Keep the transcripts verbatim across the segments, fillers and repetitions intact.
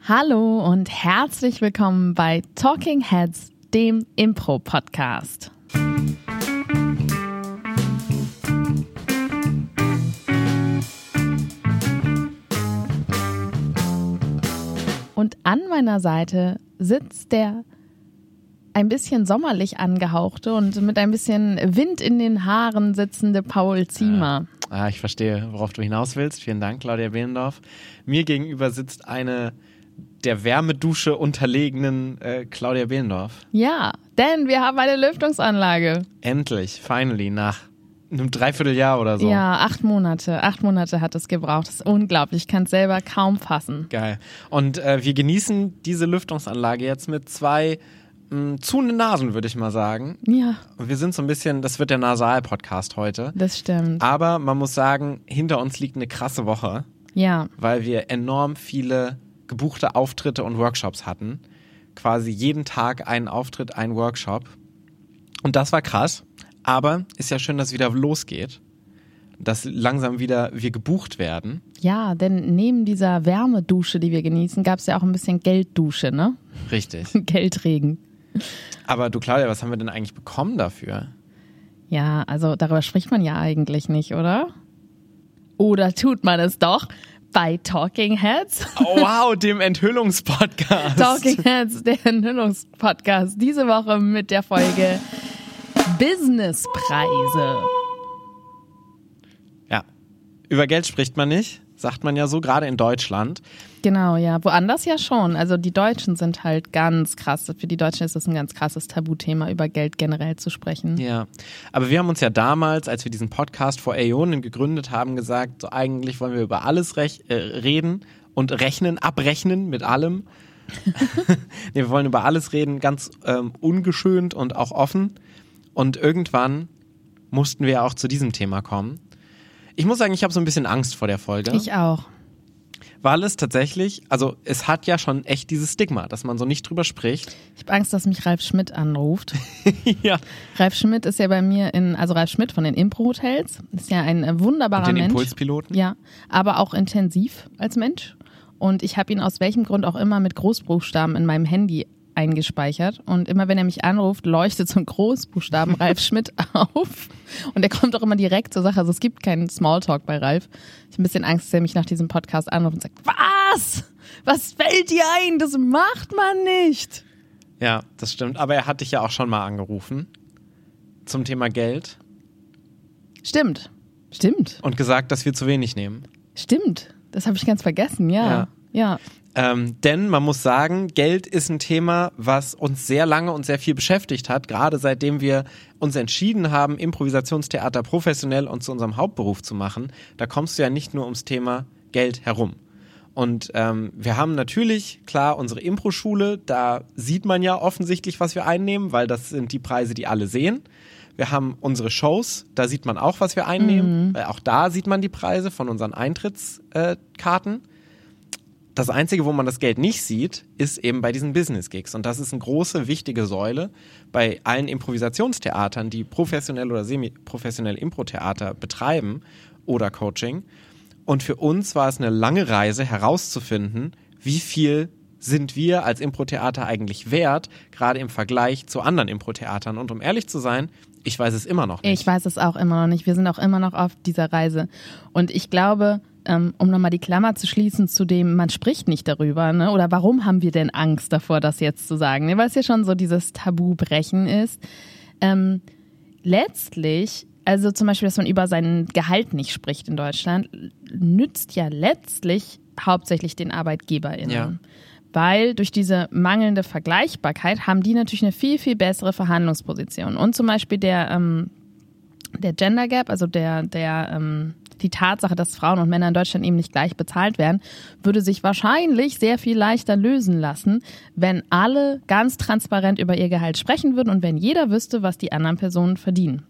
Hallo und herzlich willkommen bei Talking Heads, dem Impro-Podcast. Und an meiner Seite sitzt der ein bisschen sommerlich angehauchte und mit ein bisschen Wind in den Haaren sitzende Paul Ziemer. Ah, ich verstehe, worauf du hinaus willst. Vielen Dank, Claudia Behlendorf. Mir gegenüber sitzt eine der Wärmedusche unterlegenen äh, Claudia Behlendorf. Ja, denn wir haben eine Lüftungsanlage. Endlich, finally, nach einem Dreivierteljahr oder so. Ja, acht Monate. Acht Monate hat es gebraucht. Das ist unglaublich. Ich kann es selber kaum fassen. Geil. Und äh, wir genießen diese Lüftungsanlage jetzt mit zwei mh, zuhenden Nasen, würde ich mal sagen. Ja. Und wir sind so ein bisschen, das wird der Nasal-Podcast heute. Das stimmt. Aber man muss sagen, hinter uns liegt eine krasse Woche. Ja. Weil wir enorm viele gebuchte Auftritte und Workshops hatten. Quasi jeden Tag einen Auftritt, einen Workshop. Und das war krass. Aber ist ja schön, dass es wieder losgeht. Dass langsam wieder wir gebucht werden. Ja, denn neben dieser Wärmedusche, die wir genießen, gab es ja auch ein bisschen Gelddusche, ne? Richtig. Geldregen. Aber du, Claudia, was haben wir denn eigentlich bekommen dafür? Ja, also darüber spricht man ja eigentlich nicht, oder? Oder tut man es doch bei Talking Heads? Oh, wow, dem Enthüllungspodcast. Talking Heads, der Enthüllungspodcast. Diese Woche mit der Folge Businesspreise. Ja, über Geld spricht man nicht, sagt man ja so, gerade in Deutschland. Genau, ja, woanders ja schon. Also die Deutschen sind halt ganz krass. Für die Deutschen ist es ein ganz krasses Tabuthema, über Geld generell zu sprechen. Ja, aber wir haben uns ja damals, als wir diesen Podcast vor Äonen gegründet haben, gesagt, so eigentlich wollen wir über alles rech- äh, reden und rechnen, abrechnen mit allem. Nee, wir wollen über alles reden, ganz ähm, ungeschönt und auch offen. Und irgendwann mussten wir auch zu diesem Thema kommen. Ich muss sagen, ich habe so ein bisschen Angst vor der Folge. Ich auch. Weil es tatsächlich, also es hat ja schon echt dieses Stigma, dass man so nicht drüber spricht. Ich habe Angst, dass mich Ralf Schmidt anruft. Ja. Ralf Schmidt ist ja bei mir in, also Ralf Schmidt von den Impro-Hotels, ist ja ein wunderbarer Und den Mensch. Impulspiloten. Ja, aber auch intensiv als Mensch. Und ich habe ihn aus welchem Grund auch immer mit Großbuchstaben in meinem Handy eingespeichert. Und immer wenn er mich anruft, leuchtet so ein Großbuchstaben Ralf Schmidt auf. Und er kommt auch immer direkt zur Sache. Also es gibt keinen Smalltalk bei Ralf. Ich habe ein bisschen Angst, dass er mich nach diesem Podcast anruft und sagt, was? Was fällt dir ein? Das macht man nicht. Ja, das stimmt. Aber er hat dich ja auch schon mal angerufen zum Thema Geld. Stimmt. Stimmt. Und gesagt, dass wir zu wenig nehmen. Stimmt. Das habe ich ganz vergessen, ja. Ja. Ja. Ähm, denn man muss sagen, Geld ist ein Thema, was uns sehr lange und sehr viel beschäftigt hat, gerade seitdem wir uns entschieden haben, Improvisationstheater professionell und zu unserem Hauptberuf zu machen. Da kommst du ja nicht nur ums Thema Geld herum. Und ähm, wir haben natürlich, klar, unsere Impro-Schule, da sieht man ja offensichtlich, was wir einnehmen, weil das sind die Preise, die alle sehen. Wir haben unsere Shows, da sieht man auch, was wir einnehmen, mhm. weil auch da sieht man die Preise von unseren Eintrittskarten. Äh, Das Einzige, wo man das Geld nicht sieht, ist eben bei diesen Business-Gigs. Und das ist eine große, wichtige Säule bei allen Improvisationstheatern, die professionell oder semi-professionell Impro-Theater betreiben oder Coaching. Und für uns war es eine lange Reise herauszufinden, wie viel sind wir als Impro-Theater eigentlich wert, gerade im Vergleich zu anderen Impro-Theatern. Und um ehrlich zu sein, ich weiß es immer noch nicht. Ich weiß es auch immer noch nicht. Wir sind auch immer noch auf dieser Reise. Und ich glaube, um nochmal die Klammer zu schließen zu dem, man spricht nicht darüber, ne? Oder warum haben wir denn Angst davor, das jetzt zu sagen? Ne? Weil es ja schon so dieses Tabubrechen ist. Ähm, letztlich, also zum Beispiel, dass man über sein Gehalt nicht spricht in Deutschland, nützt ja letztlich hauptsächlich den ArbeitgeberInnen. Ja. Weil durch diese mangelnde Vergleichbarkeit haben die natürlich eine viel, viel bessere Verhandlungsposition. Und zum Beispiel der, ähm, der Gender Gap, also der, der ähm, die Tatsache, dass Frauen und Männer in Deutschland eben nicht gleich bezahlt werden, würde sich wahrscheinlich sehr viel leichter lösen lassen, wenn alle ganz transparent über ihr Gehalt sprechen würden und wenn jeder wüsste, was die anderen Personen verdienen.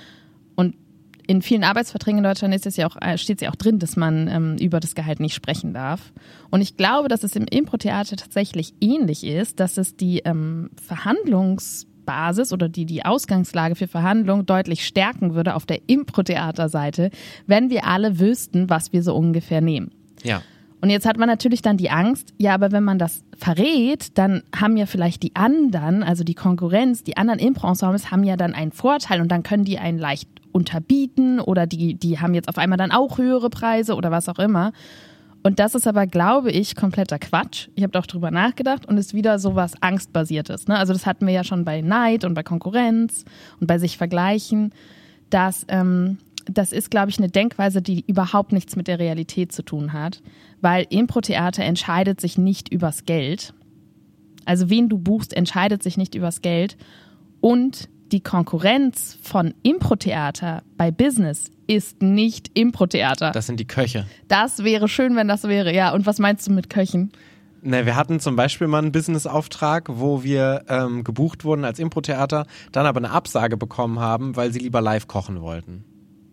Und in vielen Arbeitsverträgen in Deutschland ist es ja auch, steht es ja auch drin, dass man ähm, über das Gehalt nicht sprechen darf. Und ich glaube, dass es im Impro-Theater tatsächlich ähnlich ist, dass es die ähm, Verhandlungs- Basis oder die, die Ausgangslage für Verhandlungen deutlich stärken würde auf der Impro-Theater-Seite, wenn wir alle wüssten, was wir so ungefähr nehmen. Ja. Und jetzt hat man natürlich dann die Angst, ja, aber wenn man das verrät, dann haben ja vielleicht die anderen, also die Konkurrenz, die anderen Impro-Ensembles haben ja dann einen Vorteil und dann können die einen leicht unterbieten oder die, die haben jetzt auf einmal dann auch höhere Preise oder was auch immer. Und das ist aber, glaube ich, kompletter Quatsch. Ich habe auch drüber nachgedacht und ist wieder so was Angstbasiertes. Ne? Also das hatten wir ja schon bei Neid und bei Konkurrenz und bei sich vergleichen, dass ähm, das ist, glaube ich, eine Denkweise, die überhaupt nichts mit der Realität zu tun hat, weil Impro-Theater entscheidet sich nicht übers Geld. Also wen du buchst, entscheidet sich nicht übers Geld und die Konkurrenz von Impro-Theater bei Business ist nicht Impro-Theater. Das sind die Köche. Das wäre schön, wenn das wäre, ja. Und was meinst du mit Köchen? Ne, wir hatten zum Beispiel mal einen Business-Auftrag, wo wir ähm, gebucht wurden als Impro-Theater, dann aber eine Absage bekommen haben, weil sie lieber live kochen wollten.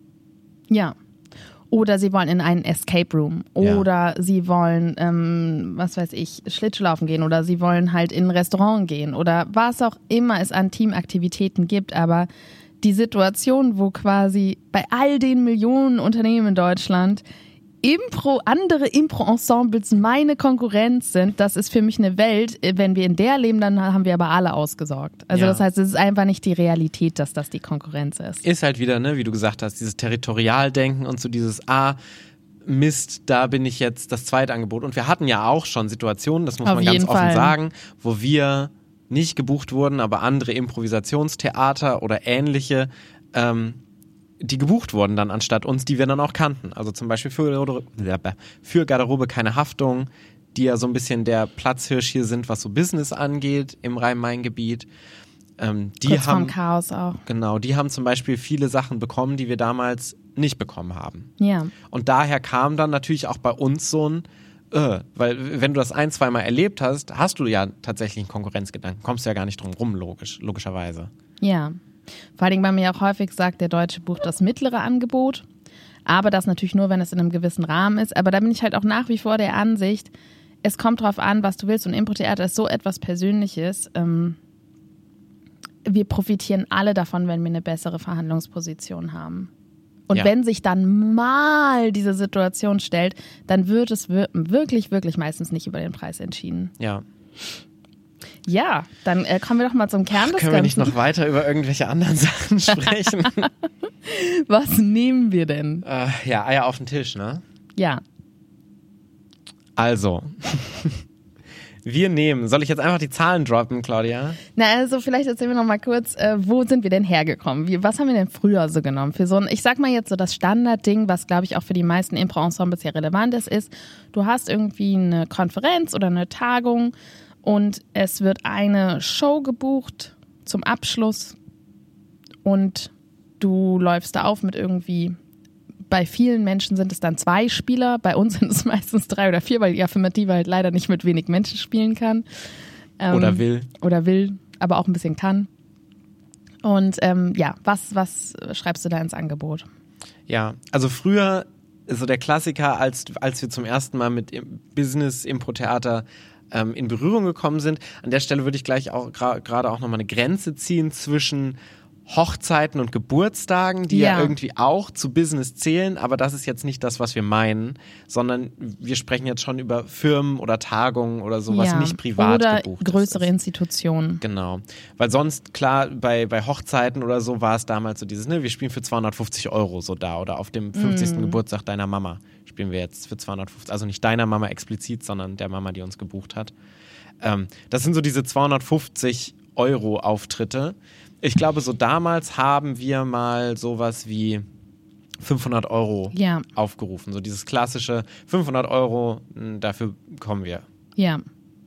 Ja. Oder sie wollen in einen Escape Room. Oder ja. sie wollen, ähm, was weiß ich, Schlittschuhlaufen gehen. Oder sie wollen halt in ein Restaurant gehen. Oder was auch immer es an Teamaktivitäten gibt. Aber die Situation, wo quasi bei all den Millionen Unternehmen in Deutschland Impro, andere Impro-Ensembles meine Konkurrenz sind, das ist für mich eine Welt, wenn wir in der leben, dann haben wir aber alle ausgesorgt. Also ja. das heißt, es ist einfach nicht die Realität, dass das die Konkurrenz ist. Ist halt wieder, ne, wie du gesagt hast, dieses Territorialdenken und so dieses, ah, Mist, da bin ich jetzt das zweite Angebot. Und wir hatten ja auch schon Situationen, das muss Auf man ganz jeden offen Fall. sagen, wo wir nicht gebucht wurden, aber andere Improvisationstheater oder ähnliche, ähm, die gebucht wurden dann anstatt uns, die wir dann auch kannten. Also zum Beispiel für, für Garderobe keine Haftung, die ja so ein bisschen der Platzhirsch hier sind, was so Business angeht im Rhein-Main-Gebiet. Ähm, die Kurz haben, vorm Chaos auch. Genau, die haben zum Beispiel viele Sachen bekommen, die wir damals nicht bekommen haben. Ja. Und daher kam dann natürlich auch bei uns so ein, äh, weil wenn du das ein, zweimal erlebt hast, hast du ja tatsächlich einen Konkurrenzgedanken. Kommst du ja gar nicht drum rum, logisch, logischerweise. Ja. Vor allem, weil man ja auch häufig sagt, der Deutsche bucht das mittlere Angebot, aber das natürlich nur, wenn es in einem gewissen Rahmen ist. Aber da bin ich halt auch nach wie vor der Ansicht, es kommt drauf an, was du willst. Und Impro-Theater ist so etwas Persönliches. Ähm, wir profitieren alle davon, wenn wir eine bessere Verhandlungsposition haben. Und ja. wenn sich dann mal diese Situation stellt, dann wird es wirklich, wirklich meistens nicht über den Preis entschieden. Ja. Ja, dann äh, kommen wir doch mal zum Kern Ach, des können wir nicht Ganzen. noch weiter über irgendwelche anderen Sachen sprechen? Was nehmen wir denn? äh, ja, Eier auf den Tisch, ne? Ja. Also, wir nehmen, soll ich jetzt einfach die Zahlen droppen, Claudia? Na, also vielleicht erzählen wir noch mal kurz, äh, wo sind wir denn hergekommen? Wie, was haben wir denn früher so genommen? Für so ein, ich sag mal jetzt so das Standardding, was glaube ich auch für die meisten Impro-Ensembles ja relevant ist, ist, du hast irgendwie eine Konferenz oder eine Tagung und es wird eine Show gebucht zum Abschluss und du läufst da auf mit irgendwie, bei vielen Menschen sind es dann zwei Spieler, bei uns sind es meistens drei oder vier, weil die Affirmative halt leider nicht mit wenig Menschen spielen kann. Ähm, Oder will. Oder will, aber auch ein bisschen kann. Und ähm, ja, was, was schreibst du da ins Angebot? Ja, also früher, so der Klassiker, als, als wir zum ersten Mal mit Business-Impro-Theater ähm, in Berührung gekommen sind, an der Stelle würde ich gleich auch gra- gerade auch nochmal eine Grenze ziehen zwischen Hochzeiten und Geburtstagen, die ja. ja irgendwie auch zu Business zählen, aber das ist jetzt nicht das, was wir meinen, sondern wir sprechen jetzt schon über Firmen oder Tagungen oder so, was ja. nicht privat oder gebucht ist. Oder größere ist. Institutionen. Genau, weil sonst, klar, bei, bei Hochzeiten oder so war es damals so dieses, ne, wir spielen für zweihundertfünfzig Euro so da oder auf dem fünfzigsten Mm. Geburtstag deiner Mama spielen wir jetzt für zweihundertfünfzig, also nicht deiner Mama explizit, sondern der Mama, die uns gebucht hat. Ähm, das sind so diese zweihundertfünfzig Euro Auftritte. Ich glaube, so damals haben wir mal sowas wie fünfhundert Euro ja. aufgerufen. So dieses klassische fünfhundert Euro, dafür kommen wir. Ja.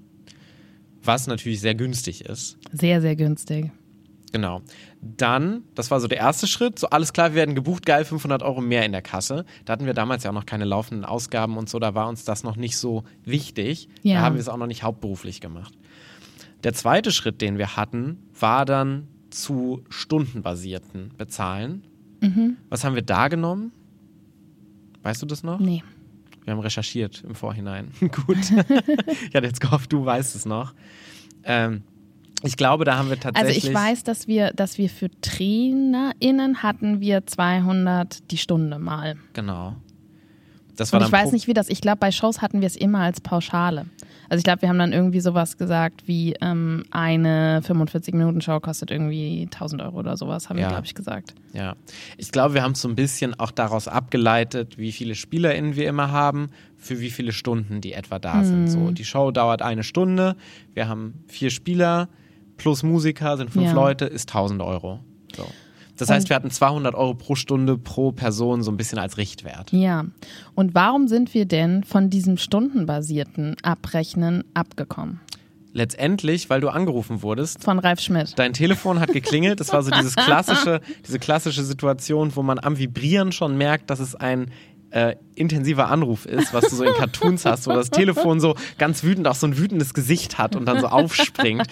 Was natürlich sehr günstig ist. Sehr, sehr günstig. Genau. Dann, das war so der erste Schritt, so alles klar, wir werden gebucht, geil, fünfhundert Euro mehr in der Kasse. Da hatten wir damals ja auch noch keine laufenden Ausgaben und so, da war uns das noch nicht so wichtig. Ja. Da haben wir es auch noch nicht hauptberuflich gemacht. Der zweite Schritt, den wir hatten, war dann zu stundenbasierten Bezahlen. Mhm. Was haben wir da genommen? Weißt du das noch? Nee. Wir haben recherchiert im Vorhinein. Gut. Ich hatte jetzt gehofft, du weißt es noch. Ähm, ich glaube, da haben wir tatsächlich... Also ich weiß, dass wir, dass wir für TrainerInnen hatten wir zweihundert die Stunde mal. Genau. Das war Und ich dann weiß pro- nicht, wie das, ich glaube, bei Shows hatten wir es immer als Pauschale. Also ich glaube, wir haben dann irgendwie sowas gesagt wie ähm, eine fünfundvierzig-Minuten-Show kostet irgendwie tausend Euro oder sowas, haben Ja. wir, glaube ich, gesagt. Ja, ich glaube, wir haben es so ein bisschen auch daraus abgeleitet, wie viele SpielerInnen wir immer haben, für wie viele Stunden die etwa da sind. So, die Show dauert eine Stunde, wir haben vier Spieler plus Musiker, sind fünf Ja. Leute, ist tausend Euro. So. Das Und- heißt, wir hatten zweihundert Euro pro Stunde pro Person so ein bisschen als Richtwert. Ja. Und warum sind wir denn von diesem stundenbasierten Abrechnen abgekommen? Letztendlich, weil du angerufen wurdest, Von Ralf Schmidt. dein Telefon hat geklingelt, das war so dieses klassische, diese klassische Situation, wo man am Vibrieren schon merkt, dass es ein äh, intensiver Anruf ist, was du so in Cartoons hast, wo das Telefon so ganz wütend auch so ein wütendes Gesicht hat und dann so aufspringt.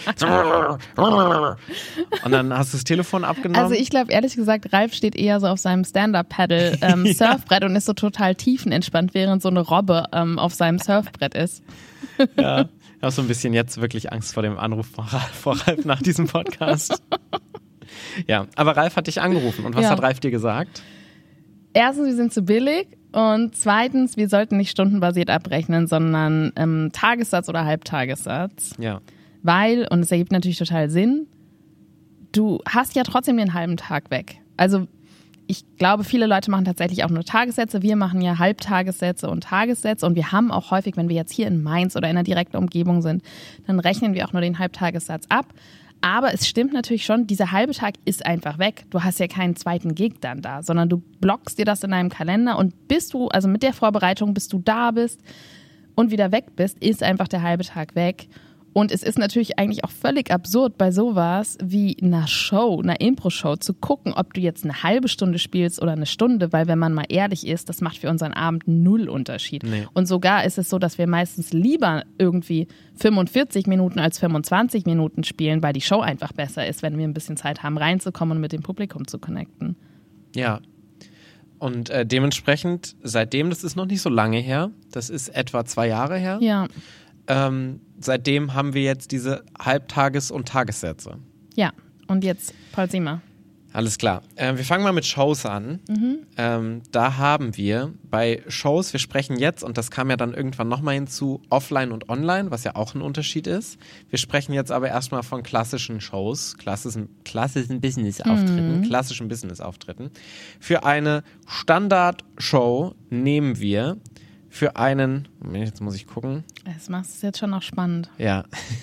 Und dann hast du das Telefon abgenommen. Also ich glaube, ehrlich gesagt, Ralf steht eher so auf seinem Stand-Up-Paddle ähm, Ja. Surfbrett und ist so total tiefenentspannt, während so eine Robbe ähm, auf seinem Surfbrett ist. Ja, ich habe so ein bisschen jetzt wirklich Angst vor dem Anruf vor Ralf, vor Ralf nach diesem Podcast. Ja, aber Ralf hat dich angerufen. Und was Ja. hat Ralf dir gesagt? Erstens, wir sind zu billig und zweitens, wir sollten nicht stundenbasiert abrechnen, sondern ähm, Tagessatz oder Halbtagessatz. Ja, Weil, und es ergibt natürlich total Sinn, du hast ja trotzdem den halben Tag weg. Also ich glaube, viele Leute machen tatsächlich auch nur Tagessätze. Wir machen ja Halbtagessätze und Tagessätze und wir haben auch häufig, wenn wir jetzt hier in Mainz oder in der direkten Umgebung sind, dann rechnen wir auch nur den Halbtagessatz ab. Aber es stimmt natürlich schon, dieser halbe Tag ist einfach weg. Du hast ja keinen zweiten Gig dann da, sondern du blockst dir das in deinem Kalender und bis du, also mit der Vorbereitung, bis du da bist und wieder weg bist, ist einfach der halbe Tag weg. Und es ist natürlich eigentlich auch völlig absurd bei sowas wie einer Show, einer Impro-Show zu gucken, ob du jetzt eine halbe Stunde spielst oder eine Stunde, weil wenn man mal ehrlich ist, das macht für unseren Abend null Unterschied. Nee. Und sogar ist es so, dass wir meistens lieber irgendwie fünfundvierzig Minuten als fünfundzwanzig Minuten spielen, weil die Show einfach besser ist, wenn wir ein bisschen Zeit haben, reinzukommen und mit dem Publikum zu connecten. ja. Und äh, dementsprechend, seitdem, das ist noch nicht so lange her, das ist etwa zwei Jahre her, Ja, ähm, seitdem haben wir jetzt diese Halbtages- und Tagessätze. ja. Und jetzt Paul Siemer. Alles klar. Äh, wir fangen mal mit Shows an. Mhm. Ähm, da haben wir bei Shows, wir sprechen jetzt, und das kam ja dann irgendwann nochmal hinzu, offline und online, was ja auch ein Unterschied ist. Wir sprechen jetzt aber erstmal von klassischen Shows, klassischen, klassischen Business-Auftritten, Mhm. klassischen Business-Auftritten. Für eine Standard-Show nehmen wir für einen, Moment, jetzt muss ich gucken, Das macht es jetzt schon noch spannend. ja.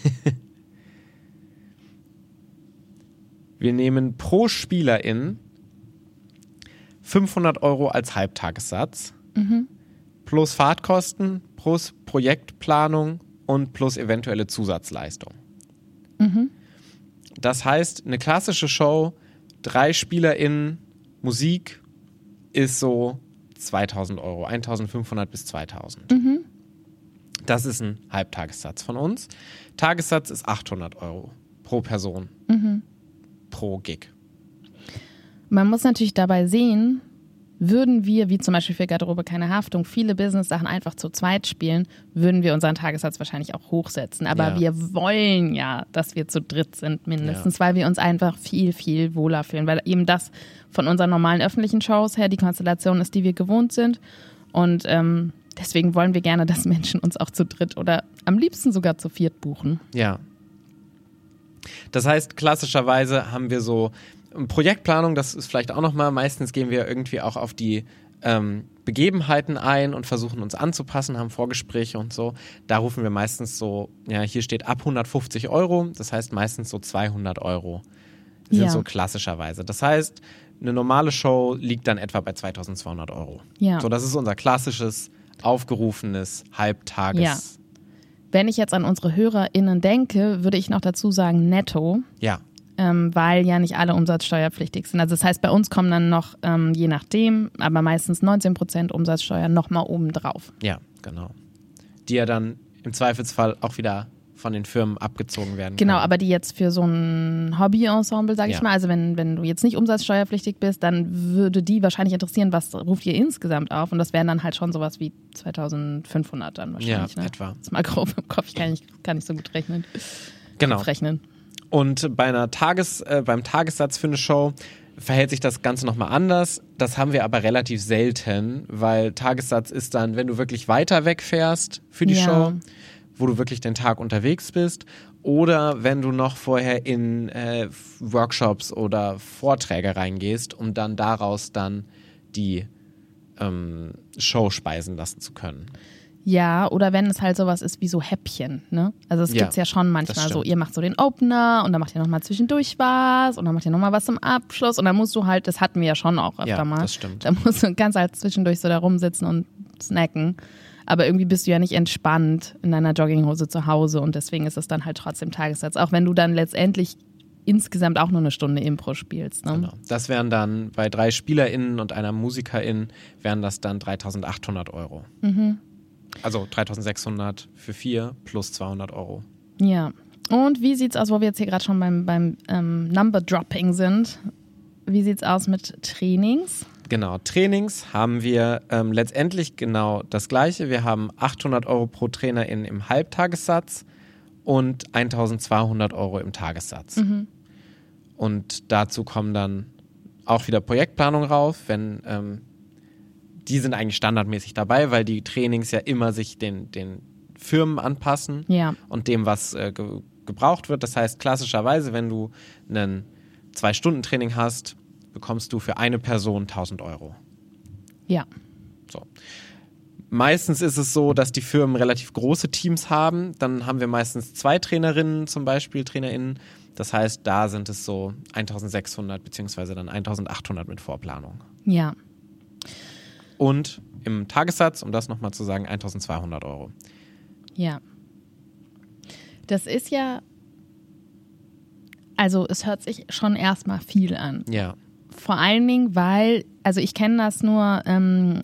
Wir nehmen pro Spielerin fünfhundert Euro als Halbtagessatz plus Fahrtkosten, plus Projektplanung und plus eventuelle Zusatzleistung. Das heißt, eine klassische Show, drei SpielerInnen, Musik ist so zweitausend Euro, eintausendfünfhundert bis zweitausend. Das ist ein Halbtagessatz von uns. Tagessatz ist achthundert Euro pro Person, pro Gig. Man muss natürlich dabei sehen, würden wir, wie zum Beispiel für Garderobe keine Haftung, viele Business-Sachen einfach zu zweit spielen, würden wir unseren Tagessatz wahrscheinlich auch hochsetzen. Aber Ja. wir wollen ja, dass wir zu dritt sind mindestens, weil wir uns einfach viel, viel wohler fühlen. Weil eben das von unseren normalen öffentlichen Shows her die Konstellation ist, die wir gewohnt sind. Und ähm, deswegen wollen wir gerne, dass Menschen uns auch zu dritt oder am liebsten sogar zu viert buchen. Ja. Das heißt, klassischerweise haben wir so Projektplanung, das ist vielleicht auch nochmal, meistens gehen wir irgendwie auch auf die ähm, Begebenheiten ein und versuchen uns anzupassen, haben Vorgespräche und so. Da rufen wir meistens so, ja, hier steht ab hundertfünfzig Euro, das heißt meistens so zweihundert Euro sind Ja. so klassischerweise. Das heißt, eine normale Show liegt dann etwa bei zweitausendzweihundert Euro. Ja. So, das ist unser klassisches, aufgerufenes Halbtages... Ja. Wenn ich jetzt an unsere HörerInnen denke, würde ich noch dazu sagen netto. Ja. Ähm, weil ja nicht alle umsatzsteuerpflichtig sind. Also das heißt, bei uns kommen dann noch, ähm, je nachdem, aber meistens neunzehn Prozent Umsatzsteuer nochmal oben drauf. Ja, genau. Die ja dann im Zweifelsfall auch wieder von den Firmen abgezogen werden Genau, können. aber die jetzt für so ein Hobby-Ensemble, sag ich Ja. mal, also wenn, wenn du jetzt nicht umsatzsteuerpflichtig bist, dann würde die wahrscheinlich interessieren, was ruft ihr insgesamt auf? Und das wären dann halt schon sowas wie zweitausendfünfhundert dann wahrscheinlich. Ja, ne? etwa. Das ist mal grob im Kopf, ich kann nicht, kann nicht so gut rechnen. Genau. Kopf rechnen. Und bei einer Tages, äh, beim Tagessatz für eine Show verhält sich das Ganze nochmal anders. Das haben wir aber relativ selten, weil Tagessatz ist dann, wenn du wirklich weiter wegfährst für die Ja. Show, wo du wirklich den Tag unterwegs bist, oder wenn du noch vorher in äh, Workshops oder Vorträge reingehst, um dann daraus dann die ähm, Show speisen lassen zu können. Ja, oder wenn es halt sowas ist wie so Häppchen, ne? Also es Ja, gibt's ja schon das manchmal so, stimmt. ihr macht so den Opener und dann macht ihr nochmal zwischendurch was und dann macht ihr nochmal was zum Abschluss und dann musst du halt, das hatten wir ja schon auch öfter Ja, mal. das stimmt. Da musst du ganz halt zwischendurch so da rumsitzen und snacken. Aber irgendwie bist du ja nicht entspannt in deiner Jogginghose zu Hause und deswegen ist es dann halt trotzdem Tagessatz. Auch wenn du dann letztendlich insgesamt auch nur eine Stunde Impro spielst. Ne? Genau. Das wären dann bei drei SpielerInnen und einer MusikerIn wären das dann dreitausendachthundert Euro. Mhm. Also dreitausendsechshundert für vier plus zweihundert Euro. Ja. Und wie sieht's aus, wo wir jetzt hier gerade schon beim, beim ähm, Number-Dropping sind? Wie sieht's aus mit Trainings? Genau, Trainings haben wir ähm, letztendlich genau das Gleiche. Wir haben achthundert Euro pro TrainerIn im Halbtagessatz und eintausendzweihundert Euro im Tagessatz. Mhm. Und dazu kommen dann auch wieder Projektplanung rauf, wenn ähm, die sind eigentlich standardmäßig dabei, weil die Trainings ja immer sich den, den Firmen anpassen Ja. und dem, was äh, ge- gebraucht wird. Das heißt, klassischerweise, wenn du einen Zwei-Stunden-Training hast, bekommst du für eine Person tausend Euro. Ja. So. Meistens ist es so, dass die Firmen relativ große Teams haben. Dann haben wir meistens zwei Trainerinnen, zum Beispiel TrainerInnen. Das heißt, da sind es so eintausendsechshundert beziehungsweise dann eintausendachthundert mit Vorplanung. Ja. Und im Tagessatz, um das nochmal zu sagen, eintausendzweihundert Euro. Ja. Das ist ja, also es hört sich schon erstmal viel an. Ja. Vor allen Dingen, weil, also ich kenne das nur ähm,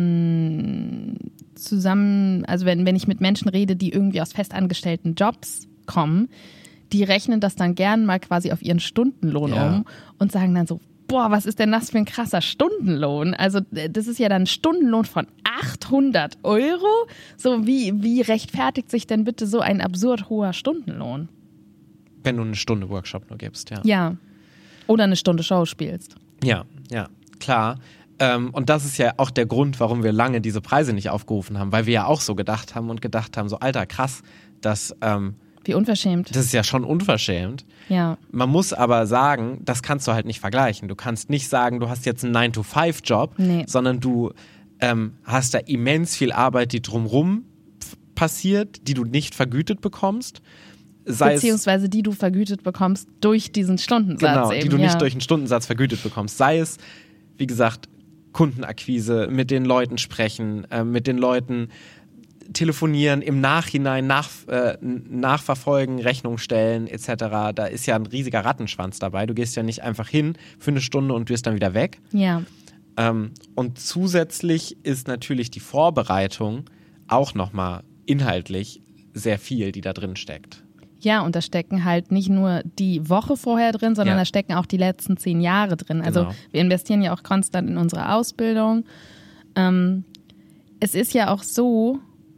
im Zusammen, also wenn, wenn ich mit Menschen rede, die irgendwie aus festangestellten Jobs kommen, die rechnen das dann gern mal quasi auf ihren Stundenlohn Ja. um und sagen dann so, boah, was ist denn das für ein krasser Stundenlohn? Also das ist ja dann ein Stundenlohn von achthundert Euro. So, wie, wie rechtfertigt sich denn bitte so ein absurd hoher Stundenlohn? Wenn du eine Stunde Workshop nur gibst, ja. Ja. Oder eine Stunde Show spielst. Ja, ja, klar. Ähm, und das ist ja auch der Grund, warum wir lange diese Preise nicht aufgerufen haben, weil wir ja auch so gedacht haben und gedacht haben, so Alter, krass, das, ähm, Wie unverschämt. das ist ja schon unverschämt. Ja. Man muss aber sagen, das kannst du halt nicht vergleichen. Du kannst nicht sagen, du hast jetzt einen nine to five Job, Nee. sondern du ähm, hast da immens viel Arbeit, die drumrum f- passiert, die du nicht vergütet bekommst. Sei es Beziehungsweise die du vergütet bekommst durch diesen Stundensatz Genau, eben. die du ja. nicht durch einen Stundensatz vergütet bekommst. Sei es, wie gesagt, Kundenakquise, mit den Leuten sprechen, äh, mit den Leuten telefonieren, im Nachhinein nach, äh, nachverfolgen, Rechnung stellen et cetera. Da ist ja ein riesiger Rattenschwanz dabei. Du gehst ja nicht einfach hin für eine Stunde und wirst dann wieder weg. Ja. Ähm, und zusätzlich ist natürlich die Vorbereitung auch nochmal inhaltlich sehr viel, die da drin steckt. Ja, und da stecken halt nicht nur die Woche vorher drin, sondern Ja. da stecken auch die letzten zehn Jahre drin. Also Genau. wir investieren ja auch konstant in unsere Ausbildung. Ähm, es ist ja auch so,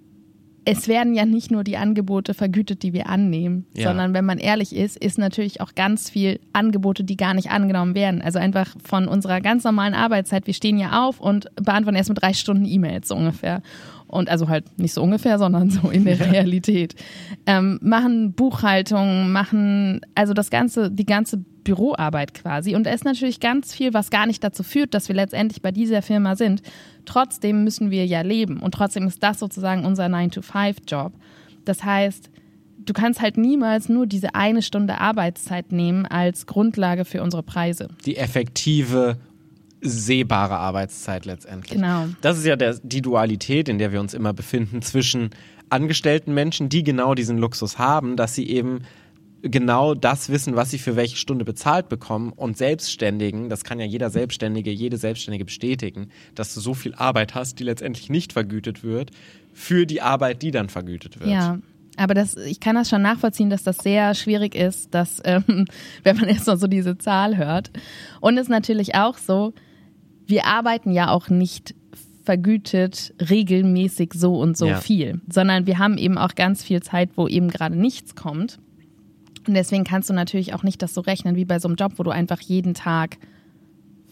es werden ja nicht nur die Angebote vergütet, die wir annehmen, Ja. sondern wenn man ehrlich ist, ist natürlich auch ganz viel Angebote, die gar nicht angenommen werden. Also einfach von unserer ganz normalen Arbeitszeit, wir stehen ja auf und beantworten erst mit drei Stunden E-Mails so ungefähr. Und also halt nicht so ungefähr, sondern so in der Realität. Ähm, machen Buchhaltung, machen also das ganze, die ganze Büroarbeit quasi. Und da ist natürlich ganz viel, was gar nicht dazu führt, dass wir letztendlich bei dieser Firma sind. Trotzdem müssen wir ja leben. Und trotzdem ist das sozusagen unser nine to five Job. Das heißt, du kannst halt niemals nur diese eine Stunde Arbeitszeit nehmen als Grundlage für unsere Preise. Die effektive, sehbare Arbeitszeit letztendlich. Genau. Das ist ja der, die Dualität, in der wir uns immer befinden, zwischen angestellten Menschen, die genau diesen Luxus haben, dass sie eben genau das wissen, was sie für welche Stunde bezahlt bekommen, und Selbstständigen, das kann ja jeder Selbstständige, jede Selbstständige bestätigen, dass du so viel Arbeit hast, die letztendlich nicht vergütet wird, für die Arbeit, die dann vergütet wird. Ja, aber das, ich kann das schon nachvollziehen, dass das sehr schwierig ist, dass, ähm, wenn man erst mal so diese Zahl hört. Und es ist natürlich auch so, wir arbeiten ja auch nicht vergütet regelmäßig so und so Ja. viel, sondern wir haben eben auch ganz viel Zeit, wo eben gerade nichts kommt. Und deswegen kannst du natürlich auch nicht das so rechnen wie bei so einem Job, wo du einfach jeden Tag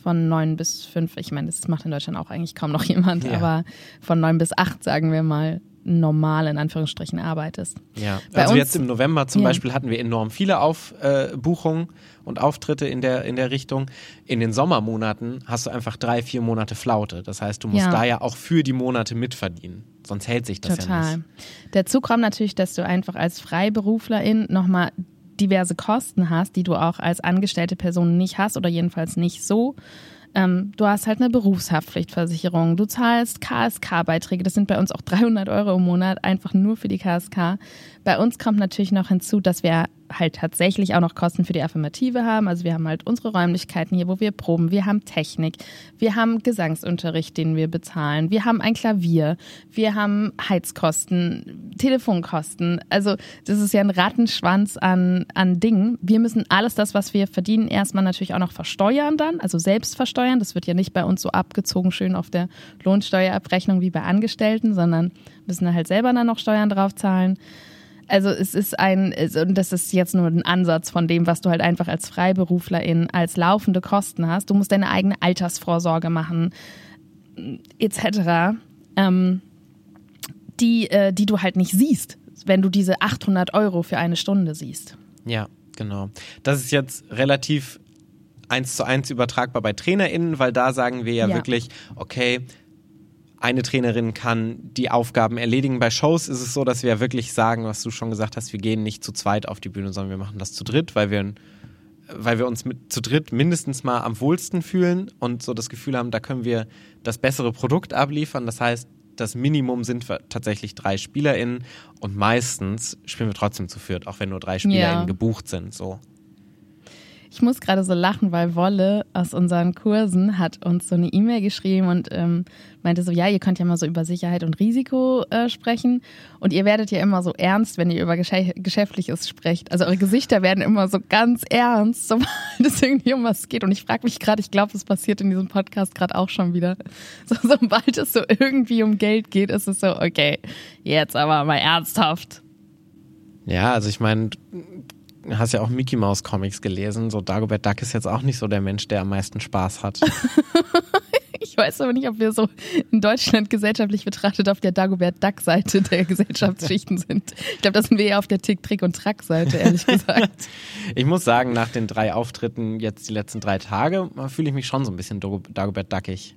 von neun bis fünf, ich meine, das macht in Deutschland auch eigentlich kaum noch jemand, ja. aber von neun bis acht, sagen wir mal, normal in Anführungsstrichen arbeitest. Ja, Bei also uns, jetzt im November zum ja. Beispiel hatten wir enorm viele Aufbuchungen äh, und Auftritte in der, in der Richtung. In den Sommermonaten hast du einfach drei, vier Monate Flaute. Das heißt, du musst Ja. da ja auch für die Monate mitverdienen. Sonst hält sich das Total. ja nicht. Dazu kommt natürlich, dass du einfach als Freiberuflerin nochmal diverse Kosten hast, die du auch als angestellte Person nicht hast oder jedenfalls nicht so. Ähm, du hast halt eine Berufshaftpflichtversicherung, du zahlst K S K-Beiträge, das sind bei uns auch dreihundert Euro im Monat, einfach nur für die K S K. Bei uns kommt natürlich noch hinzu, dass wir halt tatsächlich auch noch Kosten für die Affirmative haben. Also wir haben halt unsere Räumlichkeiten hier, wo wir proben, wir haben Technik, wir haben Gesangsunterricht, den wir bezahlen, wir haben ein Klavier, wir haben Heizkosten, Telefonkosten. Also das ist ja ein Rattenschwanz an, an Dingen. Wir müssen alles das, was wir verdienen, erstmal natürlich auch noch versteuern dann, also selbst versteuern. Das wird ja nicht bei uns so abgezogen, schön auf der Lohnsteuerabrechnung wie bei Angestellten, sondern müssen halt selber dann noch Steuern drauf zahlen. Also es ist ein, und das ist jetzt nur ein Ansatz von dem, was du halt einfach als Freiberuflerin als laufende Kosten hast. Du musst deine eigene Altersvorsorge machen, et cetera, ähm, die, äh, die du halt nicht siehst, wenn du diese achthundert Euro für eine Stunde siehst. Ja, genau. Das ist jetzt relativ eins zu eins übertragbar bei TrainerInnen, weil da sagen wir ja, Ja. wirklich, okay, eine Trainerin kann die Aufgaben erledigen. Bei Shows ist es so, dass wir ja wirklich sagen, was du schon gesagt hast, wir gehen nicht zu zweit auf die Bühne, sondern wir machen das zu dritt, weil wir, weil wir uns mit zu dritt mindestens mal am wohlsten fühlen und so das Gefühl haben, da können wir das bessere Produkt abliefern. Das heißt, das Minimum sind wir tatsächlich drei SpielerInnen und meistens spielen wir trotzdem zu viert, auch wenn nur drei SpielerInnen Ja. gebucht sind. So. Ich muss gerade so lachen, weil Wolle aus unseren Kursen hat uns so eine E-Mail geschrieben und ähm, meinte so, ja, ihr könnt ja mal so über Sicherheit und Risiko äh, sprechen und ihr werdet ja immer so ernst, wenn ihr über Gesche- Geschäftliches sprecht. Also eure Gesichter werden immer so ganz ernst, sobald es irgendwie um was geht. Und ich frage mich gerade, ich glaube, das passiert in diesem Podcast gerade auch schon wieder. So, sobald es so irgendwie um Geld geht, ist es so, okay, jetzt aber mal ernsthaft. Ja, also ich meine, du hast ja auch Mickey Mouse Comics gelesen. So Dagobert Duck ist jetzt auch nicht so der Mensch, der am meisten Spaß hat. Ich weiß aber nicht, ob wir so in Deutschland gesellschaftlich betrachtet auf der Dagobert Duck-Seite der Gesellschaftsschichten sind. Ich glaube, da sind wir eher auf der Tick, Trick und Track-Seite, ehrlich gesagt. Ich muss sagen, nach den drei Auftritten jetzt die letzten drei Tage fühle ich mich schon so ein bisschen Dagobert Duckig.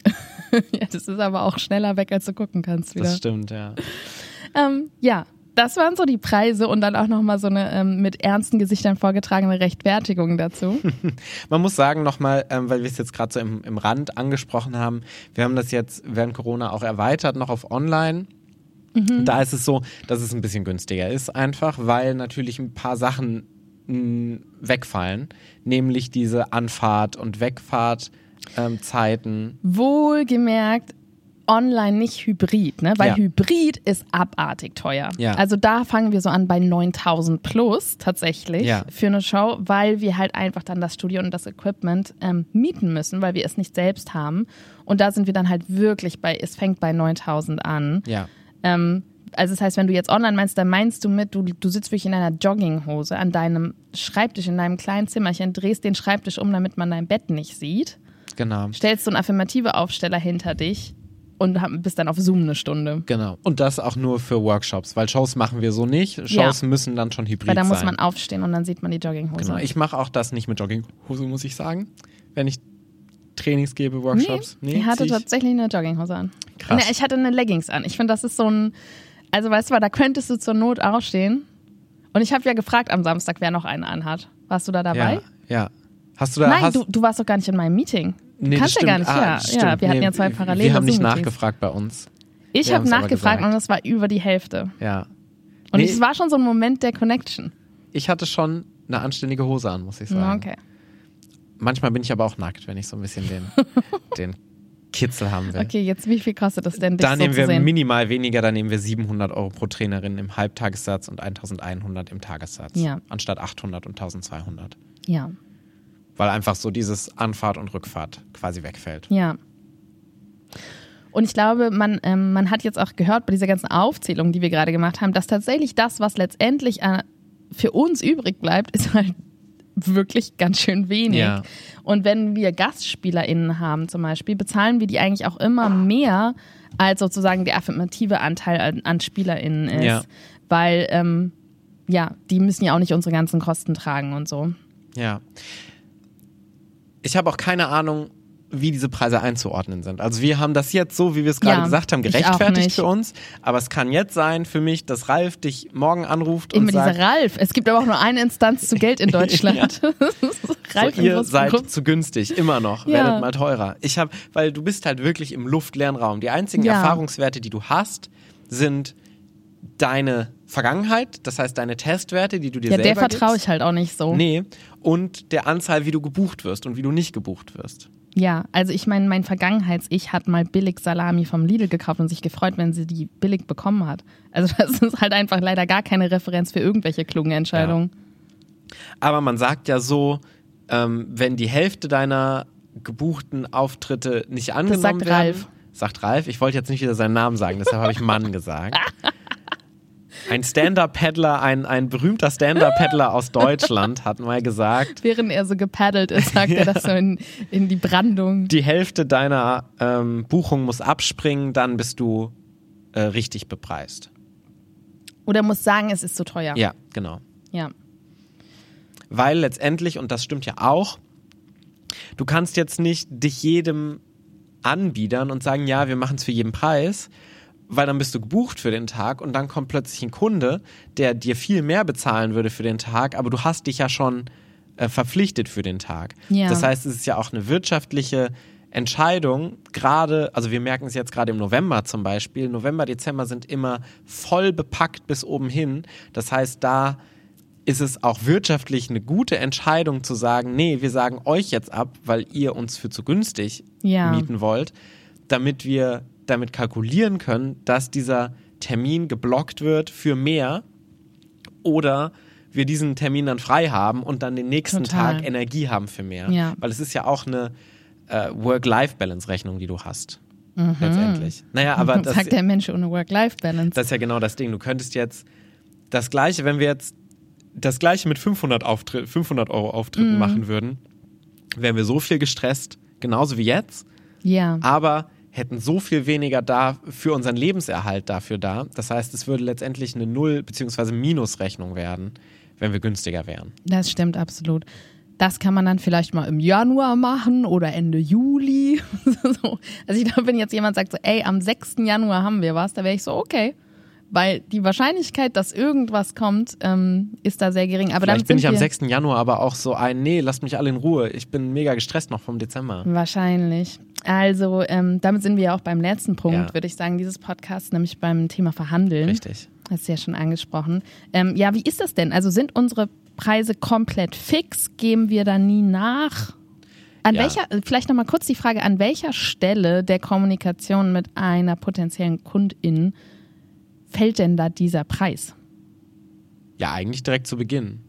Ja, das ist aber auch schneller weg, als du gucken kannst wieder. Das stimmt, ja. Ähm, ja, das waren so die Preise und dann auch nochmal so eine ähm, mit ernsten Gesichtern vorgetragene Rechtfertigung dazu. Man muss sagen nochmal, ähm, weil wir es jetzt gerade so im, im Rand angesprochen haben, wir haben das jetzt während Corona auch erweitert noch auf Online. Mhm. Da ist es so, dass es ein bisschen günstiger ist einfach, weil natürlich ein paar Sachen mh, wegfallen, nämlich diese Anfahrt- und Wegfahrtzeiten. Ähm, Wohlgemerkt, online, nicht Hybrid, ne? Weil Ja. Hybrid ist abartig teuer. Ja. Also da fangen wir so an bei neuntausend plus tatsächlich Ja. für eine Show, weil wir halt einfach dann das Studio und das Equipment ähm, mieten müssen, weil wir es nicht selbst haben. Und da sind wir dann halt wirklich bei, es fängt bei neuntausend an. Ja. Ähm, also das heißt, wenn du jetzt online meinst, dann meinst du mit, du, du sitzt wirklich in einer Jogginghose an deinem Schreibtisch, in deinem kleinen Zimmerchen, drehst den Schreibtisch um, damit man dein Bett nicht sieht, Genau. stellst so einen affirmative Aufsteller hinter dich und bist dann auf Zoom eine Stunde. Genau. Und das auch nur für Workshops, weil Shows machen wir so nicht. Shows Ja. müssen dann schon hybrid Weil da sein. muss man aufstehen und dann sieht man die Jogginghose. Genau. Ich mache auch das nicht mit Jogginghose, muss ich sagen. Wenn ich Trainings gebe, Workshops. Nee, ich hatte zieh ich- tatsächlich eine Jogginghose an. Krass. Nee, ich hatte eine Leggings an. Ich finde, das ist so ein, also weißt du, da könntest du zur Not aufstehen. Und ich habe ja gefragt am Samstag, wer noch eine anhat. Warst du da dabei? Ja, ja. Hast du da... Nein, hast, du, du warst doch gar nicht in meinem Meeting. Du nee, kannst das ja gar stimmt. nicht, Ah, ja. stimmt. Ja, wir hatten Nee, ja zwei parallele Wir haben nicht Zoom-Meetings. nachgefragt bei uns. Ich Wir habe haben's aber nachgefragt gesagt. und es war über die Hälfte. Ja. Und Nee, es war schon so ein Moment der Connection. ich hatte schon eine anständige Hose an, muss ich sagen. Okay. Manchmal bin ich aber auch nackt, wenn ich so ein bisschen den, den Kitzel haben will. Okay, jetzt wie viel kostet das denn, dich Da so nehmen zu wir sehen? minimal weniger, da nehmen wir siebenhundert Euro pro Trainerin im Halbtagessatz und eintausendeinhundert im Tagessatz. Ja. Anstatt achthundert und eintausendzweihundert. Ja, Weil einfach so dieses Anfahrt und Rückfahrt quasi wegfällt. ja. Und ich glaube, man, ähm, man hat jetzt auch gehört bei dieser ganzen Aufzählung, die wir gerade gemacht haben, dass tatsächlich das, was letztendlich äh, für uns übrig bleibt, ist halt wirklich ganz schön wenig. Ja. Und wenn wir GastspielerInnen haben zum Beispiel, bezahlen wir die eigentlich auch immer mehr, als sozusagen der affirmative Anteil an, an SpielerInnen ist. Ja. Weil, ähm, ja, die müssen ja auch nicht unsere ganzen Kosten tragen und so. Ja. Ich habe auch keine Ahnung, wie diese Preise einzuordnen sind. Also wir haben das jetzt so, wie wir es gerade Ja, gesagt haben, ich auch gerechtfertigt nicht. für uns. Aber es kann jetzt sein für mich, dass Ralf dich morgen anruft Immer und sagt, dieser Ralf. Es gibt aber auch nur eine Instanz zu Geld in Deutschland. Ralf so, ihr im seid Großbuch. zu günstig, immer noch, Ja. werdet mal teurer. Ich habe, weil du bist halt wirklich im luftleeren Raum. Die einzigen Ja. Erfahrungswerte, die du hast, sind deine Vergangenheit, das heißt deine Testwerte, die du dir Ja, der selber vertraue gibst. ich halt auch nicht so. Nee, und der Anzahl, wie du gebucht wirst und wie du nicht gebucht wirst. Ja, also ich meine, mein Vergangenheits-Ich hat mal billig Salami vom Lidl gekauft und sich gefreut, wenn sie die billig bekommen hat. Also das ist halt einfach leider gar keine Referenz für irgendwelche klugen Entscheidungen. Aber man sagt ja so, ähm, wenn die Hälfte deiner gebuchten Auftritte nicht angenommen sagt werden. Ralf. Sagt Ralf. Ich wollte jetzt nicht wieder seinen Namen sagen, deshalb habe ich Mann gesagt. Ein Stand-Up-Paddler, ein, ein berühmter Stand-Up-Paddler aus Deutschland hat mal gesagt, Während er so gepaddelt ist, sagt er das so in, in die Brandung. die Hälfte deiner ähm, Buchung muss abspringen, dann bist du äh, richtig bepreist. Oder muss sagen, es ist zu teuer. Ja, genau. Ja. Weil letztendlich, und das stimmt ja auch, du kannst jetzt nicht dich jedem anbiedern und sagen, ja, wir machen es für jeden Preis, weil dann bist du gebucht für den Tag und dann kommt plötzlich ein Kunde, der dir viel mehr bezahlen würde für den Tag, aber du hast dich ja schon äh, verpflichtet für den Tag. Ja. Das heißt, es ist ja auch eine wirtschaftliche Entscheidung, gerade, also wir merken es jetzt gerade im November zum Beispiel, November, Dezember sind immer voll bepackt bis oben hin. Das heißt, da ist es auch wirtschaftlich eine gute Entscheidung zu sagen, nee, wir sagen euch jetzt ab, weil ihr uns für zu günstig Ja. mieten wollt, damit wir damit kalkulieren können, dass dieser Termin geblockt wird für mehr oder wir diesen Termin dann frei haben und dann den nächsten Total. Tag Energie haben für mehr. Ja. Weil es ist ja auch eine äh, Work-Life-Balance-Rechnung, die du hast. Letztendlich. Naja, aber das, Sagt der Mensch ohne Work-Life-Balance. das ist ja genau das Ding. Du könntest jetzt das Gleiche, wenn wir jetzt das Gleiche mit fünfhundert, Auftritt, fünfhundert Euro Auftritten Mhm. machen würden, wären wir so viel gestresst, genauso wie jetzt, Ja. aber hätten so viel weniger da für unseren Lebenserhalt dafür da. Das heißt, es würde letztendlich eine Null- bzw. Minusrechnung werden, wenn wir günstiger wären. Das stimmt absolut. Das kann man dann vielleicht mal im Januar machen oder Ende Juli. So. Also ich glaube, wenn jetzt jemand sagt so, ey, am sechsten Januar haben wir was, da wäre ich so, okay. Weil die Wahrscheinlichkeit, dass irgendwas kommt, ähm, ist da sehr gering. Aber Vielleicht damit bin ich sind am wir sechsten Januar aber auch so ein, nee, lasst mich alle in Ruhe. Ich bin mega gestresst noch vom Dezember. Wahrscheinlich. Also ähm, damit sind wir ja auch beim letzten Punkt, Ja. würde ich sagen, dieses Podcasts, nämlich beim Thema Verhandeln. Richtig. Hast du ja schon angesprochen. Ähm, ja, wie ist das denn? Also sind unsere Preise komplett fix? Geben wir da nie nach? An Ja. welcher, vielleicht nochmal kurz die Frage, an welcher Stelle der Kommunikation mit einer potenziellen Kundin fällt denn da dieser Preis? Ja, eigentlich direkt zu Beginn.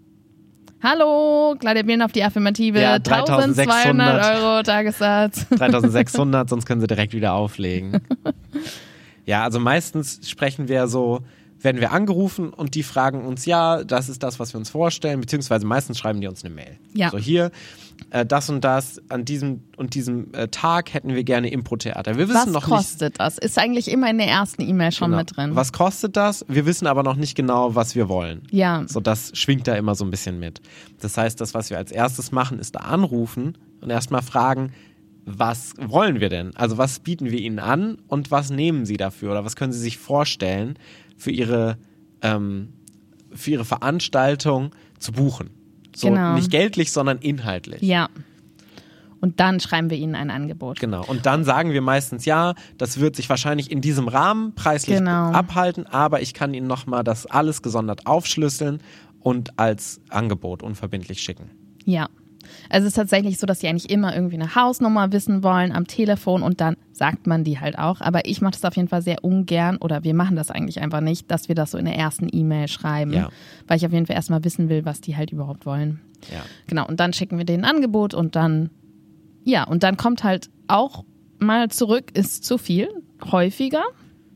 Hallo, Gladiabieren auf die Affirmative, Ja, eintausendzweihundert Euro Tagessatz. dreitausendsechshundert, sonst können sie direkt wieder auflegen. Ja, also meistens sprechen wir so, werden wir angerufen und die fragen uns, ja, das ist das, was wir uns vorstellen, beziehungsweise meistens schreiben die uns eine Mail. Ja. So hier, äh, das und das, an diesem und diesem äh, Tag hätten wir gerne Impro-Theater. Wir wissen Was noch nicht kostet das? Ist eigentlich immer in der ersten E-Mail schon genau, mit drin. was kostet das, wir wissen aber noch nicht genau, was wir wollen. Ja. So, das schwingt da immer so ein bisschen mit. Das heißt, das, was wir als erstes machen, ist da anrufen und erstmal fragen, was wollen wir denn? Also was bieten wir Ihnen an und was nehmen Sie dafür oder was können Sie sich vorstellen, für Ihre, ähm, für Ihre Veranstaltung zu buchen? So Genau. nicht geldlich, sondern inhaltlich. Ja. Und dann schreiben wir Ihnen ein Angebot. Genau. Und dann sagen wir meistens, ja, das wird sich wahrscheinlich in diesem Rahmen preislich Genau. abhalten, aber ich kann Ihnen nochmal das alles gesondert aufschlüsseln und als Angebot unverbindlich schicken. Ja. Also es ist tatsächlich so, dass die eigentlich immer irgendwie eine Hausnummer wissen wollen am Telefon und dann sagt man die halt auch. Aber ich mache das auf jeden Fall sehr ungern oder wir machen das eigentlich einfach nicht, dass wir das so in der ersten E-Mail schreiben, Ja. weil ich auf jeden Fall erstmal wissen will, was die halt überhaupt wollen. Ja. Genau, und dann schicken wir denen ein Angebot und dann, ja, und dann kommt halt auch mal zurück, ist zu viel, häufiger.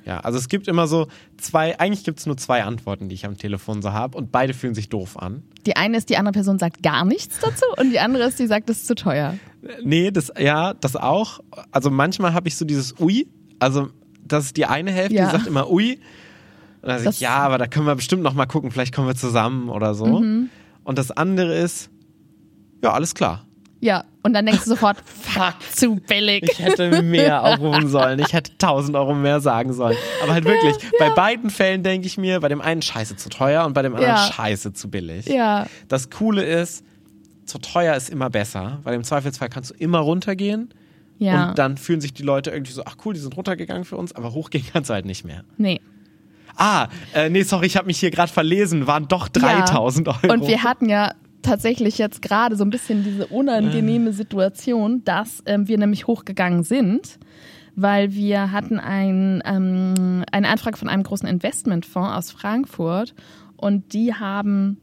Ja, also es gibt immer so zwei, eigentlich gibt es nur zwei Antworten, die ich am Telefon so habe und beide fühlen sich doof an. Die eine ist, die andere Person sagt gar nichts dazu und die andere ist, die sagt, das ist zu teuer. Nee, das, ja, das auch. Also manchmal habe ich so dieses Ui, also das ist die eine Hälfte, Ja. die sagt immer Ui. Und dann sage ich, ja, aber da können wir bestimmt noch mal gucken, vielleicht kommen wir zusammen oder so. Mhm. Und das andere ist, ja, alles klar. Ja, und dann denkst du sofort, fuck, zu billig. Ich hätte mehr aufrufen sollen. Ich hätte tausend Euro mehr sagen sollen. Aber halt wirklich, ja, ja. bei beiden Fällen denke ich mir, bei dem einen scheiße zu teuer und bei dem anderen ja. scheiße zu billig. Ja. Das Coole ist, zu teuer ist immer besser, weil im Zweifelsfall kannst du immer runtergehen. Ja. Und dann fühlen sich die Leute irgendwie so, ach cool, die sind runtergegangen für uns, aber hochgehen kannst du halt nicht mehr. Nee. Ah, äh, nee, sorry, ich habe mich hier gerade verlesen, waren doch dreitausend ja. Euro. Und wir hatten ja tatsächlich jetzt gerade so ein bisschen diese unangenehme Situation, dass ähm, wir nämlich hochgegangen sind, weil wir hatten ein, ähm, eine Anfrage von einem großen Investmentfonds aus Frankfurt und die haben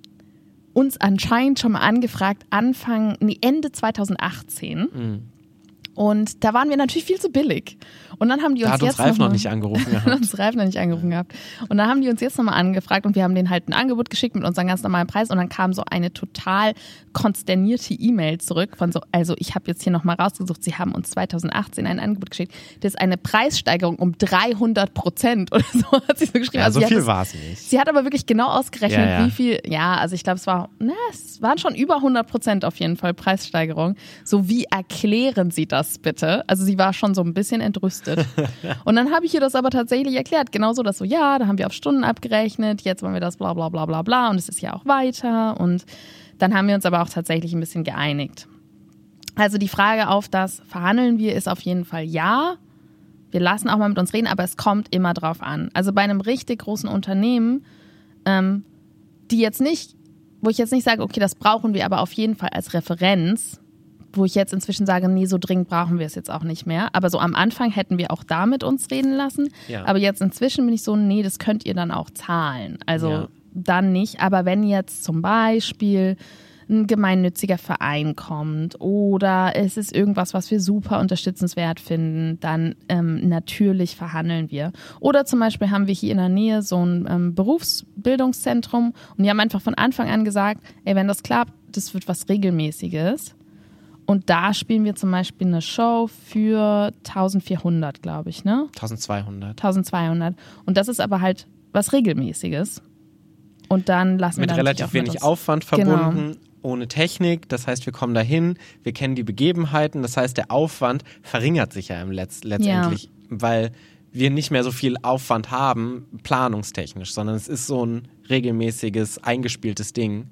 uns anscheinend schon mal angefragt, Anfang, nee, Ende zweitausendachtzehn. Mhm. Und da waren wir natürlich viel zu billig. Und dann haben die uns da hat jetzt uns Ralf noch, noch nicht angerufen gehabt. hat uns Ralf noch nicht angerufen gehabt. Und dann haben die uns jetzt nochmal angefragt und wir haben denen halt ein Angebot geschickt mit unserem ganz normalen Preis und dann kam so eine total konsternierte E-Mail zurück von so, also ich habe jetzt hier nochmal rausgesucht, sie haben uns zweitausendachtzehn ein Angebot geschickt, das ist eine Preissteigerung um dreihundert Prozent oder so, hat sie so geschrieben. Ja, also so viel das, war es nicht. Sie hat aber wirklich genau ausgerechnet, ja, ja. wie viel, ja, also ich glaube, es war, na, es waren schon über hundert Prozent auf jeden Fall Preissteigerung. So, wie erklären Sie das bitte? Also sie war schon so ein bisschen entrüstet. Und dann habe ich ihr das aber tatsächlich erklärt, genauso, dass so, ja, da haben wir auf Stunden abgerechnet, jetzt wollen wir das bla bla bla bla bla und es ist ja auch weiter und dann haben wir uns aber auch tatsächlich ein bisschen geeinigt. Also die Frage auf das verhandeln wir ist auf jeden Fall ja. Wir lassen auch mal mit uns reden, aber es kommt immer drauf an. Also bei einem richtig großen Unternehmen, ähm, die jetzt nicht, wo ich jetzt nicht sage, okay, das brauchen wir aber auf jeden Fall als Referenz, wo ich jetzt inzwischen sage, nee, so dringend brauchen wir es jetzt auch nicht mehr. Aber so am Anfang hätten wir auch da mit uns reden lassen. Ja. Aber jetzt inzwischen bin ich so, nee, das könnt ihr dann auch zahlen. Also ja. dann nicht. Aber wenn jetzt zum Beispiel ein gemeinnütziger Verein kommt oder es ist irgendwas, was wir super unterstützenswert finden, dann ähm, natürlich verhandeln wir. Oder zum Beispiel haben wir hier in der Nähe so ein ähm, Berufsbildungszentrum und die haben einfach von Anfang an gesagt, ey, wenn das klappt, das wird was Regelmäßiges. Und da spielen wir zum Beispiel eine Show für eintausendvierhundert, glaube ich, ne? eintausendzweihundert. eintausendzweihundert. Und das ist aber halt was Regelmäßiges. Und dann lassen mit wir dann relativ wenig mit Aufwand verbunden, genau. ohne Technik. Das heißt, wir kommen dahin, wir kennen die Begebenheiten. Das heißt, der Aufwand verringert sich ja im Letz- letztendlich, ja. weil wir nicht mehr so viel Aufwand haben, planungstechnisch, sondern es ist so ein regelmäßiges, eingespieltes Ding.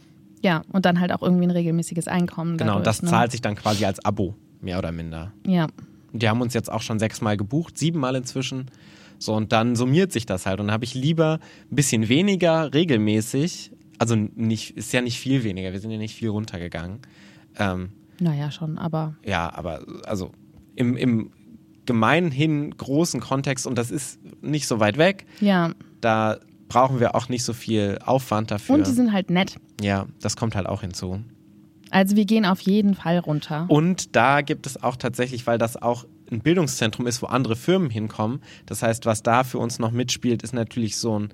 Ja, und dann halt auch irgendwie ein regelmäßiges Einkommen. Genau, dadurch, das ne? zahlt sich dann quasi als Abo, mehr oder minder. Ja. Die haben uns jetzt auch schon sechsmal gebucht, siebenmal inzwischen. So, und dann summiert sich das halt. Und dann habe ich lieber ein bisschen weniger regelmäßig, also nicht, ist ja nicht viel weniger, wir sind ja nicht viel runtergegangen. Ähm, naja, schon, aber. Ja, aber also im, im gemeinhin großen Kontext, und das ist nicht so weit weg, ja. da brauchen wir auch nicht so viel Aufwand dafür. Und die sind halt nett. Ja, das kommt halt auch hinzu. Also wir gehen auf jeden Fall runter. Und da gibt es auch tatsächlich, weil das auch ein Bildungszentrum ist, wo andere Firmen hinkommen. Das heißt, was da für uns noch mitspielt, ist natürlich so ein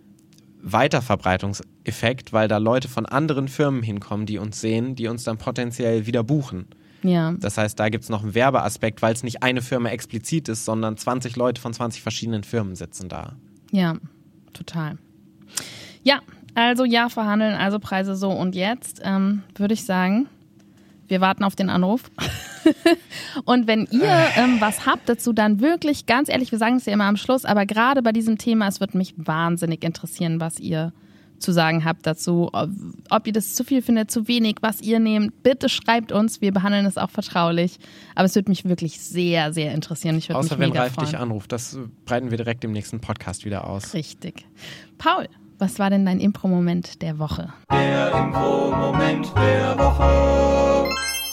Weiterverbreitungseffekt, weil da Leute von anderen Firmen hinkommen, die uns sehen, die uns dann potenziell wieder buchen. Ja. Das heißt, da gibt es noch einen Werbeaspekt, weil es nicht eine Firma explizit ist, sondern zwanzig Leute von zwanzig verschiedenen Firmen sitzen da. Ja, total. Ja, also ja, verhandeln, also Preise so. Und jetzt ähm, würde ich sagen, wir warten auf den Anruf. Und wenn ihr ähm, was habt dazu, dann wirklich, ganz ehrlich, wir sagen es ja immer am Schluss, aber gerade bei diesem Thema, es würde mich wahnsinnig interessieren, was ihr zu sagen habt dazu. Ob, ob ihr das zu viel findet, zu wenig, was ihr nehmt, bitte schreibt uns. Wir behandeln es auch vertraulich. Aber es würde mich wirklich sehr, sehr interessieren. Ich würde Außer mich wenn mega Ralf freuen. dich anruft, das breiten wir direkt im nächsten Podcast wieder aus. Richtig. Paul, was war denn dein Impro-Moment der Woche? Der Impro-Moment der Woche.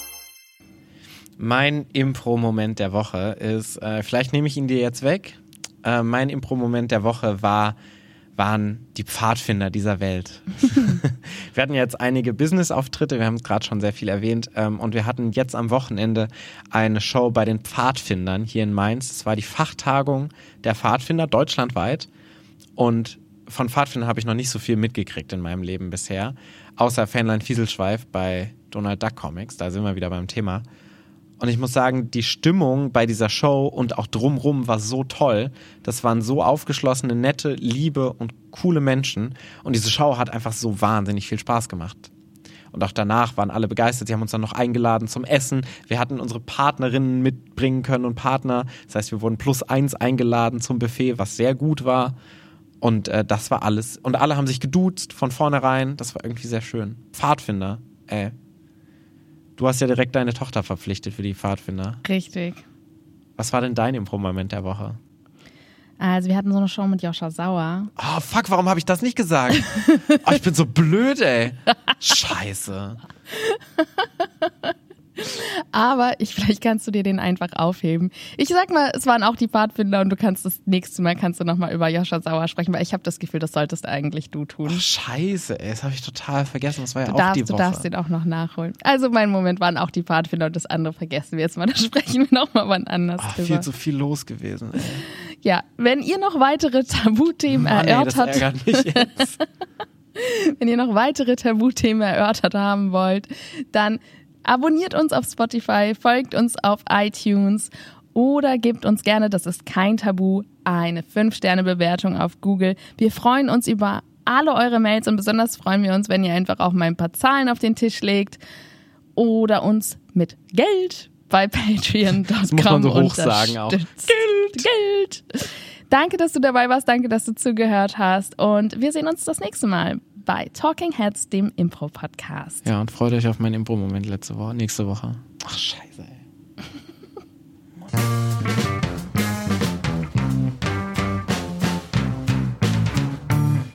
Mein Impro-Moment der Woche ist, äh, vielleicht nehme ich ihn dir jetzt weg. Äh, mein Impro-Moment der Woche war, waren die Pfadfinder dieser Welt. Wir hatten jetzt einige Business-Auftritte, wir haben es gerade schon sehr viel erwähnt, ähm, und wir hatten jetzt am Wochenende eine Show bei den Pfadfindern hier in Mainz. Es war die Fachtagung der Pfadfinder deutschlandweit und von Pfadfindern habe ich noch nicht so viel mitgekriegt in meinem Leben bisher, außer Fähnlein Fieselschweif bei Donald Duck Comics, da sind wir wieder beim Thema. Und ich muss sagen, die Stimmung bei dieser Show und auch drumrum war so toll. Das waren so aufgeschlossene, nette, liebe und coole Menschen. Und diese Show hat einfach so wahnsinnig viel Spaß gemacht. Und auch danach waren alle begeistert. Sie haben uns dann noch eingeladen zum Essen. Wir hatten unsere Partnerinnen mitbringen können und Partner. Das heißt, wir wurden plus eins eingeladen zum Buffet, was sehr gut war. Und äh, das war alles. Und alle haben sich geduzt von vornherein. Das war irgendwie sehr schön. Pfadfinder, äh. Du hast ja direkt deine Tochter verpflichtet für die Pfadfinder. Richtig. Was war denn dein Impro-Moment der Woche? Also wir hatten so eine Show mit Joscha Sauer. Oh, fuck, warum habe ich das nicht gesagt? Oh, ich bin so blöd, ey. Scheiße. Aber ich, vielleicht kannst du dir den einfach aufheben. Ich sag mal, es waren auch die Pfadfinder und du kannst das nächste Mal kannst du nochmal über Joscha Sauer sprechen, weil ich habe das Gefühl, das solltest eigentlich du tun. Oh, scheiße, ey, das habe ich total vergessen. Das war ja du auch darfst, die Woche. Du darfst den auch noch nachholen. Also mein Moment waren auch die Pfadfinder und das andere vergessen wir jetzt mal. Da sprechen wir nochmal wann anders oh, drüber. Viel zu viel los gewesen, ey. Ja, wenn ihr noch weitere Tabuthemen Mann, erörtert... ey, das ärgert mich jetzt. Wenn ihr noch weitere Tabuthemen erörtert haben wollt, dann abonniert uns auf Spotify, folgt uns auf iTunes oder gebt uns gerne, das ist kein Tabu, eine fünf Sterne Bewertung auf Google. Wir freuen uns über alle eure Mails und besonders freuen wir uns, wenn ihr einfach auch mal ein paar Zahlen auf den Tisch legt oder uns mit Geld bei patreon Punkt com das muss man so hoch sagen auch. Geld! Geld! Danke, dass du dabei warst, danke, dass du zugehört hast und wir sehen uns das nächste Mal bei Talking Heads, dem Impro-Podcast. Ja, und freut euch auf meinen Impro-Moment letzte Woche, nächste Woche. Ach, scheiße, ey.